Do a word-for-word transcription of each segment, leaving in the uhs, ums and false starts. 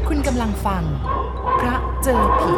คุณกำลังฟังพระเจอผี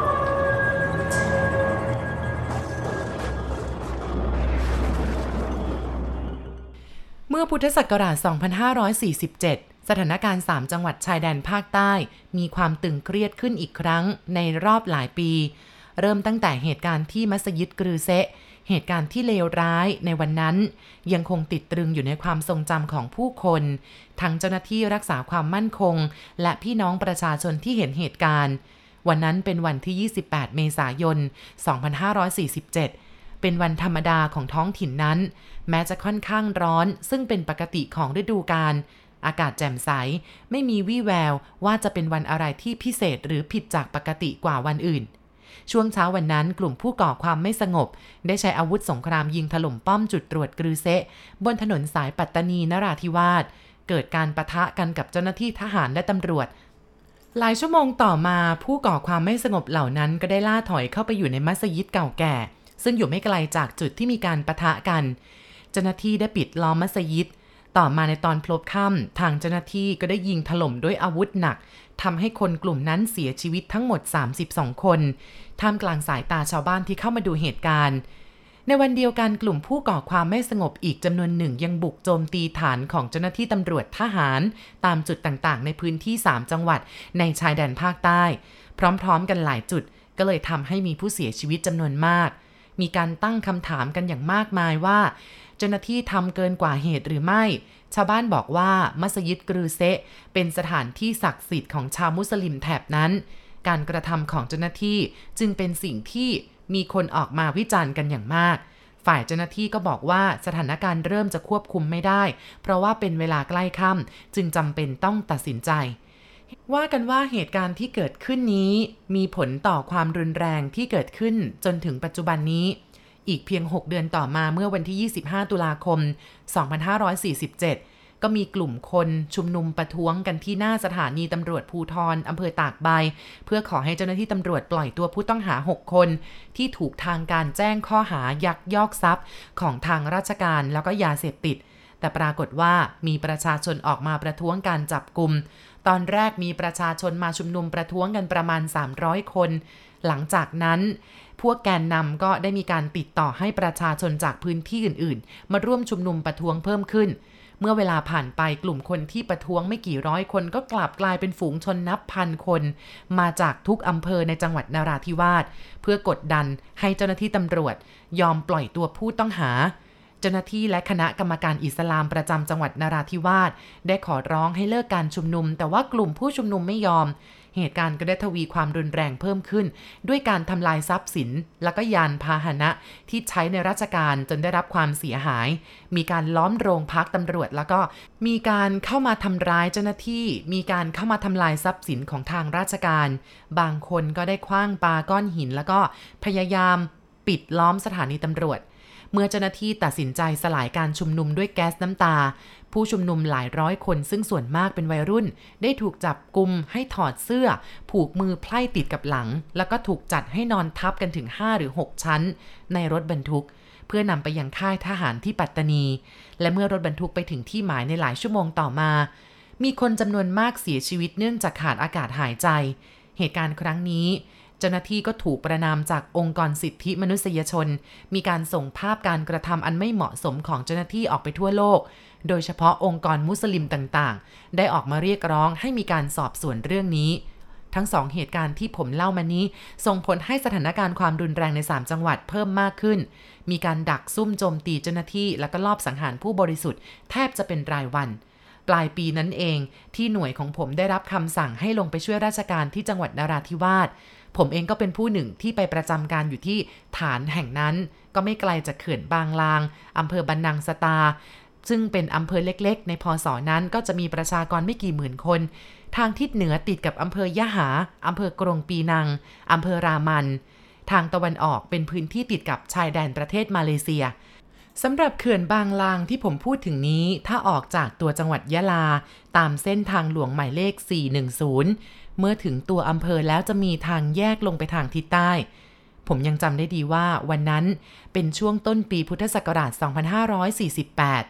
เมื่อพุทธศักราช สองพันห้าร้อยสี่สิบเจ็ด สถานการณ์สามจังหวัดชายแดนภาคใต้มีความตึงเครียดขึ้นอีกครั้งในรอบหลายปีเริ่มตั้งแต่เหตุการณ์ที่มัสยิดกรือเซะเหตุการณ์ที่เลวร้ายในวันนั้นยังคงติดตรึงอยู่ในความทรงจำของผู้คนทั้งเจ้าหน้าที่รักษาความมั่นคงและพี่น้องประชาชนที่เห็นเหตุการณ์วันนั้นเป็นวันที่ยี่สิบแปดเมษายน สองพันห้าร้อยสี่สิบเจ็ดเป็นวันธรรมดาของท้องถิ่นนั้นแม้จะค่อนข้างร้อนซึ่งเป็นปกติของฤดูกาลอากาศแจ่มใสไม่มีวี่แววว่าจะเป็นวันอะไรที่พิเศษหรือผิดจากปกติกว่าวันอื่นช่วงเช้าวันนั้นกลุ่มผู้ก่อความไม่สงบได้ใช้อาวุธสงครามยิงถล่มป้อมจุดตรวจกรือเซะบนถนนสายปัตตานีนราธิวาสเกิดการปะทะกันกับเจ้าหน้าที่ทหารและตำรวจหลายชั่วโมงต่อมาผู้ก่อความไม่สงบเหล่านั้นก็ได้ล่าถอยเข้าไปอยู่ในมัสยิดเก่าแก่ซึ่งอยู่ไม่ไกลจากจุดที่มีการปะทะกันเจ้าหน้าที่ได้ปิดล้อมมัสยิดต่อมาในตอนพลบค่ำทางเจ้าหน้าที่ก็ได้ยิงถล่มด้วยอาวุธหนักทำให้คนกลุ่มนั้นเสียชีวิตทั้งหมดสามสิบสองคนท่ามกลางสายตาชาวบ้านที่เข้ามาดูเหตุการณ์ในวันเดียวกันกลุ่มผู้ก่อความไม่สงบอีกจำนวนหนึ่งยังบุกโจมตีฐานของเจ้าหน้าที่ตำรวจทหารตามจุดต่างๆในพื้นที่สามจังหวัดในชายแดนภาคใต้พร้อมๆกันหลายจุดก็เลยทำให้มีผู้เสียชีวิตจำนวนมากมีการตั้งคำถามกันอย่างมากมายว่าเจ้าหน้าที่ทำเกินกว่าเหตุหรือไม่ชาวบ้านบอกว่ามัสยิดกรือเซะเป็นสถานที่ศักดิ์สิทธิ์ของชาวมุสลิมแถบนั้นการกระทำของเจ้าหน้าที่จึงเป็นสิ่งที่มีคนออกมาวิจารณ์กันอย่างมากฝ่ายเจ้าหน้าที่ก็บอกว่าสถานการณ์เริ่มจะควบคุมไม่ได้เพราะว่าเป็นเวลาใกล้ค่ำจึงจำเป็นต้องตัดสินใจว่ากันว่าเหตุการณ์ที่เกิดขึ้นนี้มีผลต่อความรุนแรงที่เกิดขึ้นจนถึงปัจจุบันนี้อีกเพียงหกเดือนต่อมาเมื่อวันที่ยี่สิบห้าตุลาคมสองพันห้าร้อยสี่สิบเจ็ดก็มีกลุ่มคนชุมนุมประท้วงกันที่หน้าสถานีตำรวจภูธรอำเภอตากใบเพื่อขอให้เจ้าหน้าที่ตำรวจปล่อยตัวผู้ต้องหาหกคนที่ถูกทางการแจ้งข้อหายักยอกทรัพย์ของทางราชการแล้วก็ยาเสพติดแต่ปรากฏว่ามีประชาชนออกมาประท้วงการจับกุมตอนแรกมีประชาชนมาชุมนุมประท้วงกันประมาณสามร้อยคนหลังจากนั้นพวกแกนนำก็ได้มีการติดต่อให้ประชาชนจากพื้นที่อื่นๆมาร่วมชุมนุมประท้วงเพิ่มขึ้นเมื่อเวลาผ่านไปกลุ่มคนที่ประท้วงไม่กี่ร้อยคนก็กลับกลายเป็นฝูงชนนับพันคนมาจากทุกอำเภอในจังหวัดนราธิวาสเพื่อกดดันให้เจ้าหน้าที่ตำรวจยอมปล่อยตัวผู้ต้องหาเจ้าหน้าที่และคณะกรรมการอิสลามประจำจังหวัดนราธิวาสได้ขอร้องให้เลิกการชุมนุมแต่ว่ากลุ่มผู้ชุมนุมไม่ยอมเหตุการณ์ก็ได้ทวีความรุนแรงเพิ่มขึ้นด้วยการทำลายทรัพย์สินและก็ยานพาหนะที่ใช้ในราชการจนได้รับความเสียหายมีการล้อมโรงพักตำรวจแล้วก็มีการเข้ามาทำร้ายเจ้าหน้าที่มีการเข้ามาทำลายทรัพย์สินของทางราชการบางคนก็ได้ขว้างปาก้อนหินแล้วก็พยายามปิดล้อมสถานีตำรวจเมื่อเจ้าหน้าที่ตัดสินใจสลายการชุมนุมด้วยแก๊สน้ำตาผู้ชุมนุมหลายร้อยคนซึ่งส่วนมากเป็นวัยรุ่นได้ถูกจับกุมให้ถอดเสื้อผูกมือไพล่ติดกับหลังแล้วก็ถูกจัดให้นอนทับกันถึงห้าหรือหกชั้นในรถบรรทุกเพื่อนำไปยังค่ายทหารที่ปัตตานีและเมื่อรถบรรทุกไปถึงที่หมายในหลายชั่วโมงต่อมามีคนจำนวนมากเสียชีวิตเนื่องจากขาดอากาศหายใจเหตุการณ์ครั้งนี้เจ้าหน้าที่ก็ถูกประณามจากองค์กรสิทธิมนุษยชนมีการส่งภาพการกระทำอันไม่เหมาะสมของเจ้าหน้าที่ออกไปทั่วโลกโดยเฉพาะองค์กรมุสลิมต่างๆได้ออกมาเรียกร้องให้มีการสอบสวนเรื่องนี้ทั้งสองเหตุการณ์ที่ผมเล่ามานี้ส่งผลให้สถานการณ์ความรุนแรงในสามจังหวัดเพิ่มมากขึ้นมีการดักซุ่มโจมตีเจ้าหน้าที่และก็ลอบสังหารผู้บริสุทธิ์แทบจะเป็นรายวันปลายปีนั้นเองที่หน่วยของผมได้รับคำสั่งให้ลงไปช่วยราชการที่จังหวัดนราธิวาสผมเองก็เป็นผู้หนึ่งที่ไปประจำการอยู่ที่ฐานแห่งนั้นก็ไม่ไกลจากเขื่อนบางลางอำเภอบันนังสตาซึ่งเป็นอำเภอเล็กๆในพศนั้นก็จะมีประชากรไม่กี่หมื่นคนทางทิศเหนือติดกับอำเภอยะหาอำเภอกรงปีนังอำเภอรามันทางตะวันออกเป็นพื้นที่ติดกับชายแดนประเทศมาเลเซียสำหรับเขื่อนบางลางที่ผมพูดถึงนี้ถ้าออกจากตัวจังหวัดยะลาตามเส้นทางหลวงหมายเลขสี่หนึ่งศูนย์เมื่อถึงตัวอำเภอแล้วจะมีทางแยกลงไปทางทิศใต้ผมยังจำได้ดีว่าวันนั้นเป็นช่วงต้นปีพุทธศักราชสองพันห้าร้อยสี่สิบแปด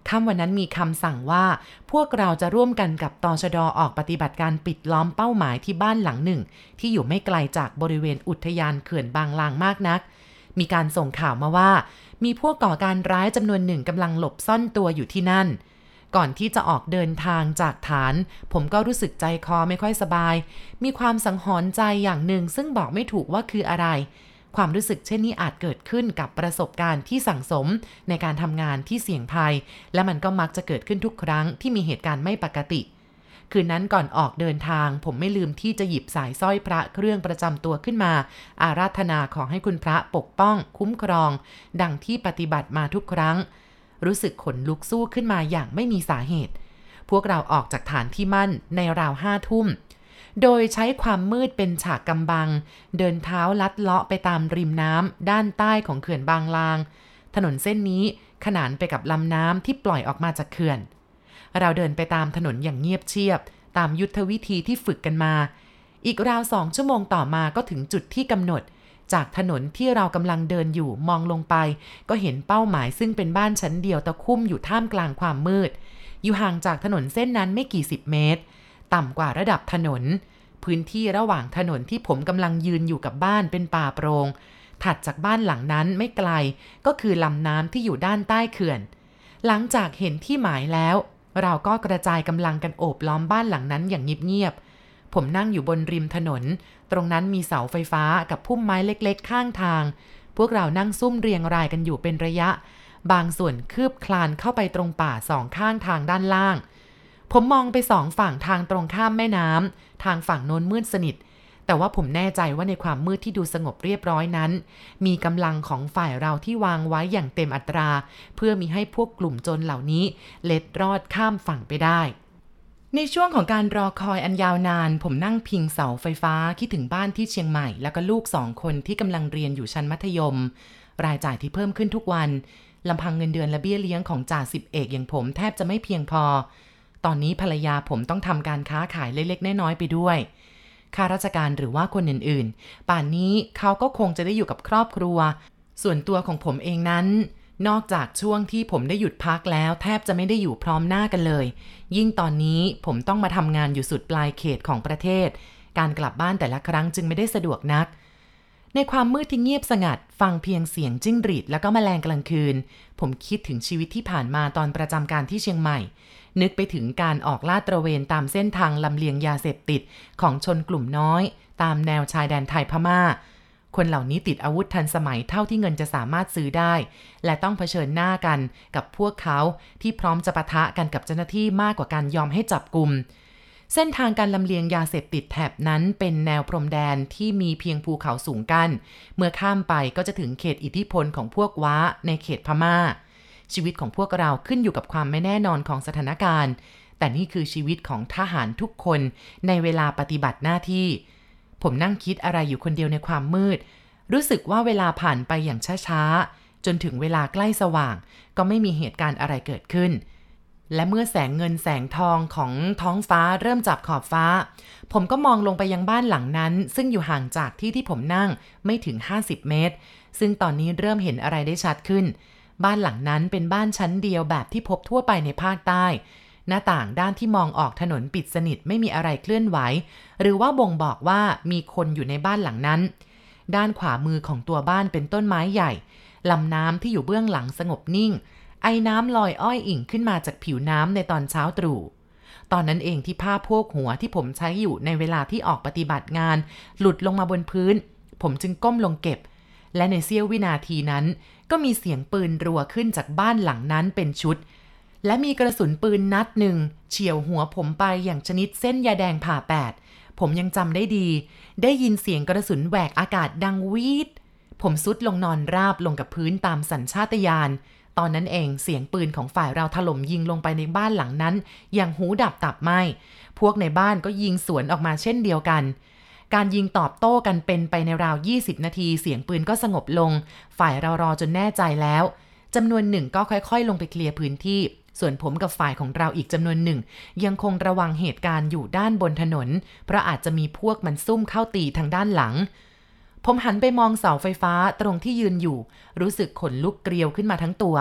ค่ำวันนั้นมีคำสั่งว่าพวกเราจะร่วมกันกับตชด.ออกปฏิบัติการปิดล้อมเป้าหมายที่บ้านหลังหนึ่งที่อยู่ไม่ไกลจากบริเวณอุทยานเขื่อนบางลางมากนักมีการส่งข่าวมาว่ามีพวกก่อการร้ายจำนวนหนึ่งกำลังหลบซ่อนตัวอยู่ที่นั่นก่อนที่จะออกเดินทางจากฐานผมก็รู้สึกใจคอไม่ค่อยสบายมีความสังหรณ์ใจอย่างหนึ่งซึ่งบอกไม่ถูกว่าคืออะไรความรู้สึกเช่นนี้อาจเกิดขึ้นกับประสบการณ์ที่สั่งสมในการทำงานที่เสี่ยงภัยและมันก็มักจะเกิดขึ้นทุกครั้งที่มีเหตุการณ์ไม่ปกติคืนนั้นก่อนออกเดินทางผมไม่ลืมที่จะหยิบสายสร้อยพระเครื่องประจำตัวขึ้นมาอาราธนาขอให้คุณพระปกป้องคุ้มครองดังที่ปฏิบัติมาทุกครั้งรู้สึกขนลุกสู้ขึ้นมาอย่างไม่มีสาเหตุพวกเราออกจากฐานที่มั่นในราวห้าทุ่มโดยใช้ความมืดเป็นฉากกำบังเดินเท้าลัดเลาะไปตามริมน้ำด้านใต้ของเขื่อนบางลางถนนเส้นนี้ขนานไปกับลำน้ำที่ปล่อยออกมาจากเขื่อนเราเดินไปตามถนนอย่างเงียบเชียบตามยุทธวิธีที่ฝึกกันมาอีกราวสองชั่วโมงต่อมาก็ถึงจุดที่กำหนดจากถนนที่เรากำลังเดินอยู่มองลงไปก็เห็นเป้าหมายซึ่งเป็นบ้านชั้นเดียวตะคุ่มอยู่ท่ามกลางความมืดอยู่ห่างจากถนนเส้นนั้นไม่กี่สิบเมตรต่ำกว่าระดับถนนพื้นที่ระหว่างถนนที่ผมกำลังยืนอยู่กับบ้านเป็นป่าโปร่งถัดจากบ้านหลังนั้นไม่ไกลก็คือลำน้ำที่อยู่ด้านใต้เขื่อนหลังจากเห็นที่หมายแล้วเราก็กระจายกำลังกันโอบล้อมบ้านหลังนั้นอย่างเงียบๆผมนั่งอยู่บนริมถนนตรงนั้นมีเสาไฟฟ้ากับพุ่มไม้เล็กๆข้างทางพวกเรานั่งซุ่มเรียงรายกันอยู่เป็นระยะบางส่วนคืบคลานเข้าไปตรงป่าสองข้างทางด้านล่างผมมองไปสองฝั่งทางตรงข้ามแม่น้ำทางฝั่งโน้นมืดสนิทแต่ว่าผมแน่ใจว่าในความมืดที่ดูสงบเรียบร้อยนั้นมีกำลังของฝ่ายเราที่วางไว้อย่างเต็มอัตราเพื่อมิให้พวกกลุ่มโจรเหล่านี้เล็ดรอดข้ามฝั่งไปได้ในช่วงของการรอคอยอันยาวนานผมนั่งพิงเสาไฟฟ้าคิดถึงบ้านที่เชียงใหม่แล้วก็ลูกสองคนที่กำลังเรียนอยู่ชั้นมัธยมรายจ่ายที่เพิ่มขึ้นทุกวันลำพังเงินเดือนและเบี้ยเลี้ยงของจ่าสิบเอกอย่างผมแทบจะไม่เพียงพอตอนนี้ภรรยาผมต้องทำการค้าขายเล็กๆน้อยๆไปด้วยข้าราชการหรือว่าคนอื่นๆป่านนี้เขาก็คงจะได้อยู่กับครอบครัวส่วนตัวของผมเองนั้นนอกจากช่วงที่ผมได้หยุดพักแล้วแทบจะไม่ได้อยู่พร้อมหน้ากันเลยยิ่งตอนนี้ผมต้องมาทำงานอยู่สุดปลายเขตของประเทศการกลับบ้านแต่ละครั้งจึงไม่ได้สะดวกนักในความมืดที่เงียบสงัดฟังเพียงเสียงจิ้งหรีดแล้วก็แมลงกลางคืนผมคิดถึงชีวิตที่ผ่านมาตอนประจำการที่เชียงใหม่นึกไปถึงการออกลาดตระเวนตามเส้นทางลำเลียงยาเสพติดของชนกลุ่มน้อยตามแนวชายแดนไทยพม่าคนเหล่านี้ติดอาวุธทันสมัยเท่าที่เงินจะสามารถซื้อได้และต้องเผชิญหน้ากันกับพวกเขาที่พร้อมจะปะทะกันกับเจ้าหน้าที่มากกว่าการยอมให้จับกุมเส้นทางการลำเลียงยาเสพติดแถบนั้นเป็นแนวพรมแดนที่มีเพียงภูเขาสูงกั้นเมื่อข้ามไปก็จะถึงเขตอิทธิพลของพวกว้าในเขตพม่าชีวิตของพวกเราขึ้นอยู่กับความไม่แน่นอนของสถานการณ์แต่นี่คือชีวิตของทหารทุกคนในเวลาปฏิบัติหน้าที่ผมนั่งคิดอะไรอยู่คนเดียวในความมืดรู้สึกว่าเวลาผ่านไปอย่างช้าๆจนถึงเวลาใกล้สว่างก็ไม่มีเหตุการณ์อะไรเกิดขึ้นและเมื่อแสงเงินแสงทองของท้องฟ้าเริ่มจับขอบฟ้าผมก็มองลงไปยังบ้านหลังนั้นซึ่งอยู่ห่างจากที่ที่ผมนั่งไม่ถึงห้าสิบเมตรซึ่งตอนนี้เริ่มเห็นอะไรได้ชัดขึ้นบ้านหลังนั้นเป็นบ้านชั้นเดียวแบบที่พบทั่วไปในภาคใต้หน้าต่างด้านที่มองออกถนนปิดสนิทไม่มีอะไรเคลื่อนไหวหรือว่าบ่งบอกว่ามีคนอยู่ในบ้านหลังนั้นด้านขวามือของตัวบ้านเป็นต้นไม้ใหญ่ลำน้ำที่อยู่เบื้องหลังสงบนิ่งไอ้น้ำลอยอ้อยอิ่งขึ้นมาจากผิวน้ำในตอนเช้าตรู่ตอนนั้นเองที่ผ้าโพกหัวที่ผมใช้อยู่ในเวลาที่ออกปฏิบัติงานหลุดลงมาบนพื้นผมจึงก้มลงเก็บและในเสี้ยววินาทีนั้นก็มีเสียงปืนรัวขึ้นจากบ้านหลังนั้นเป็นชุดและมีกระสุนปืนนัดหนึ่งเฉี่ยวหัวผมไปอย่างชนิดเส้นยาแดงผ่าแปดผมยังจำได้ดีได้ยินเสียงกระสุนแหวกอากาศดังวีดผมซุดลงนอนราบลงกับพื้นตามสัญชาตญาณตอนนั้นเองเสียงปืนของฝ่ายเราถล่มยิงลงไปในบ้านหลังนั้นอย่างหูดับตับไหม้พวกในบ้านก็ยิงสวนออกมาเช่นเดียวกันการยิงตอบโต้กันเป็นไปในราวยี่สิบนาทีเสียงปืนก็สงบลงฝ่ายเรารอจนแน่ใจแล้วจำนวนหนึ่งก็ค่อยๆลงไปเคลียร์พื้นที่ส่วนผมกับฝ่ายของเราอีกจำนวนหนึ่งยังคงระวังเหตุการณ์อยู่ด้านบนถนนเพราะอาจจะมีพวกมันซุ่มเข้าตีทางด้านหลังผมหันไปมองเสาไฟฟ้าตรงที่ยืนอยู่รู้สึกขนลุกเกลียวขึ้นมาทั้งตัว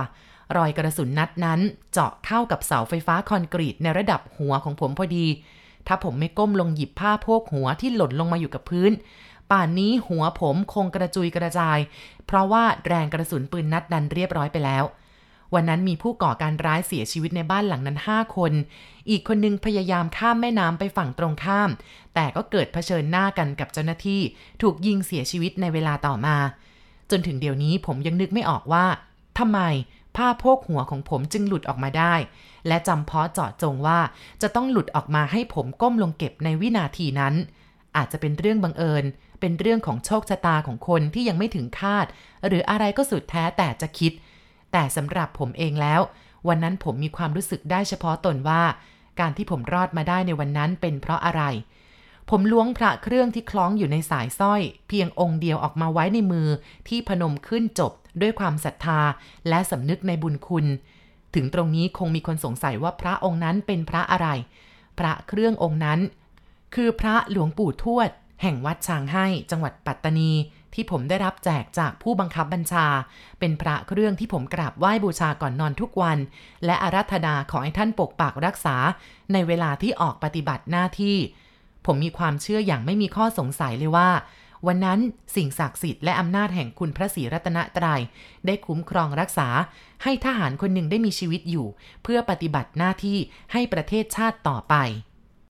รอยกระสุนนัดนั้นเจาะเข้ากับเสาไฟฟ้าคอนกรีตในระดับหัวของผมพอดีถ้าผมไม่ก้มลงหยิบผ้าโพกหัวที่หล่นลงมาอยู่กับพื้นป่านนี้หัวผมคงกระจุยกระจายเพราะว่าแรงกระสุนปืนนัดนั้นเรียบร้อยไปแล้ววันนั้นมีผู้ก่อการร้ายเสียชีวิตในบ้านหลังนั้นห้าคนอีกคนนึงพยายามข้ามแม่น้ำไปฝั่งตรงข้ามแต่ก็เกิดเผชิญหน้ากันกับเจ้าหน้าที่ถูกยิงเสียชีวิตในเวลาต่อมาจนถึงเดี๋ยวนี้ผมยังนึกไม่ออกว่าทำไมผ้าโพกหัวของผมจึงหลุดออกมาได้และจำเพาะเจาะจงว่าจะต้องหลุดออกมาให้ผมก้มลงเก็บในวินาทีนั้นอาจจะเป็นเรื่องบังเอิญเป็นเรื่องของโชคชะตาของคนที่ยังไม่ถึงคาดหรืออะไรก็สุดแท้แต่จะคิดแต่สำหรับผมเองแล้ววันนั้นผมมีความรู้สึกได้เฉพาะตนว่าการที่ผมรอดมาได้ในวันนั้นเป็นเพราะอะไรผมล้วงพระเครื่องที่คล้องอยู่ในสายสร้อยเพียงองค์เดียวออกมาไว้ในมือที่พนมขึ้นจบด้วยความศรัทธาและสำนึกในบุญคุณถึงตรงนี้คงมีคนสงสัยว่าพระองค์นั้นเป็นพระอะไรพระเครื่ององค์นั้นคือพระหลวงปู่ทวดแห่งวัดช้างให้จังหวัดปัตตานีที่ผมได้รับแจกจากผู้บังคับบัญชาเป็นพระเครื่องที่ผมกราบไหว้บูชาก่อนนอนทุกวันและอาราธนาขอให้ท่านปกปักรักษาในเวลาที่ออกปฏิบัติหน้าที่ผมมีความเชื่ออย่างไม่มีข้อสงสัยเลยว่าวันนั้นสิ่งศักดิ์สิทธิ์และอำนาจแห่งคุณพระศรีรัตนตรัยได้คุ้มครองรักษาให้ทหารคนหนึ่งได้มีชีวิตอยู่เพื่อปฏิบัติหน้าที่ให้ประเทศชาติต่อไป